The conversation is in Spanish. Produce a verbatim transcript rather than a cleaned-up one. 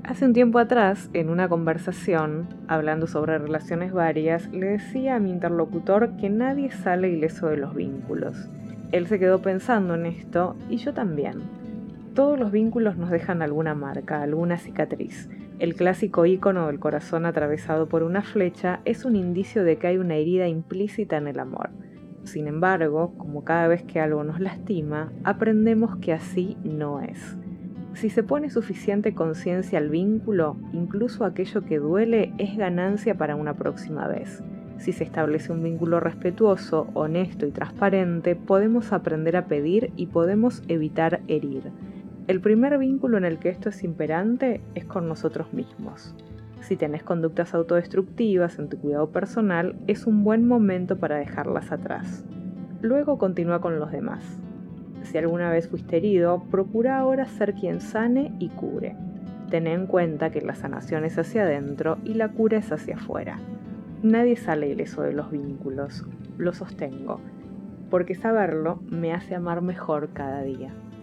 Hace un tiempo atrás, en una conversación, hablando sobre relaciones varias, le decía a mi interlocutor que nadie sale ileso de los vínculos. Él se quedó pensando en esto y yo también. Todos los vínculos nos dejan alguna marca, alguna cicatriz. El clásico ícono del corazón atravesado por una flecha es un indicio de que hay una herida implícita en el amor. Sin embargo, como cada vez que algo nos lastima, aprendemos que así no es. Si se pone suficiente conciencia al vínculo, incluso aquello que duele es ganancia para una próxima vez. Si se establece un vínculo respetuoso, honesto y transparente, podemos aprender a pedir y podemos evitar herir. El primer vínculo en el que esto es imperante es con nosotros mismos. Si tenés conductas autodestructivas en tu cuidado personal, es un buen momento para dejarlas atrás. Luego continúa con los demás. Si alguna vez fuiste herido, procura ahora ser quien sane y cure. Ten en cuenta que la sanación es hacia adentro y la cura es hacia afuera. Nadie sale ileso de los vínculos, lo sostengo, porque saberlo me hace amar mejor cada día.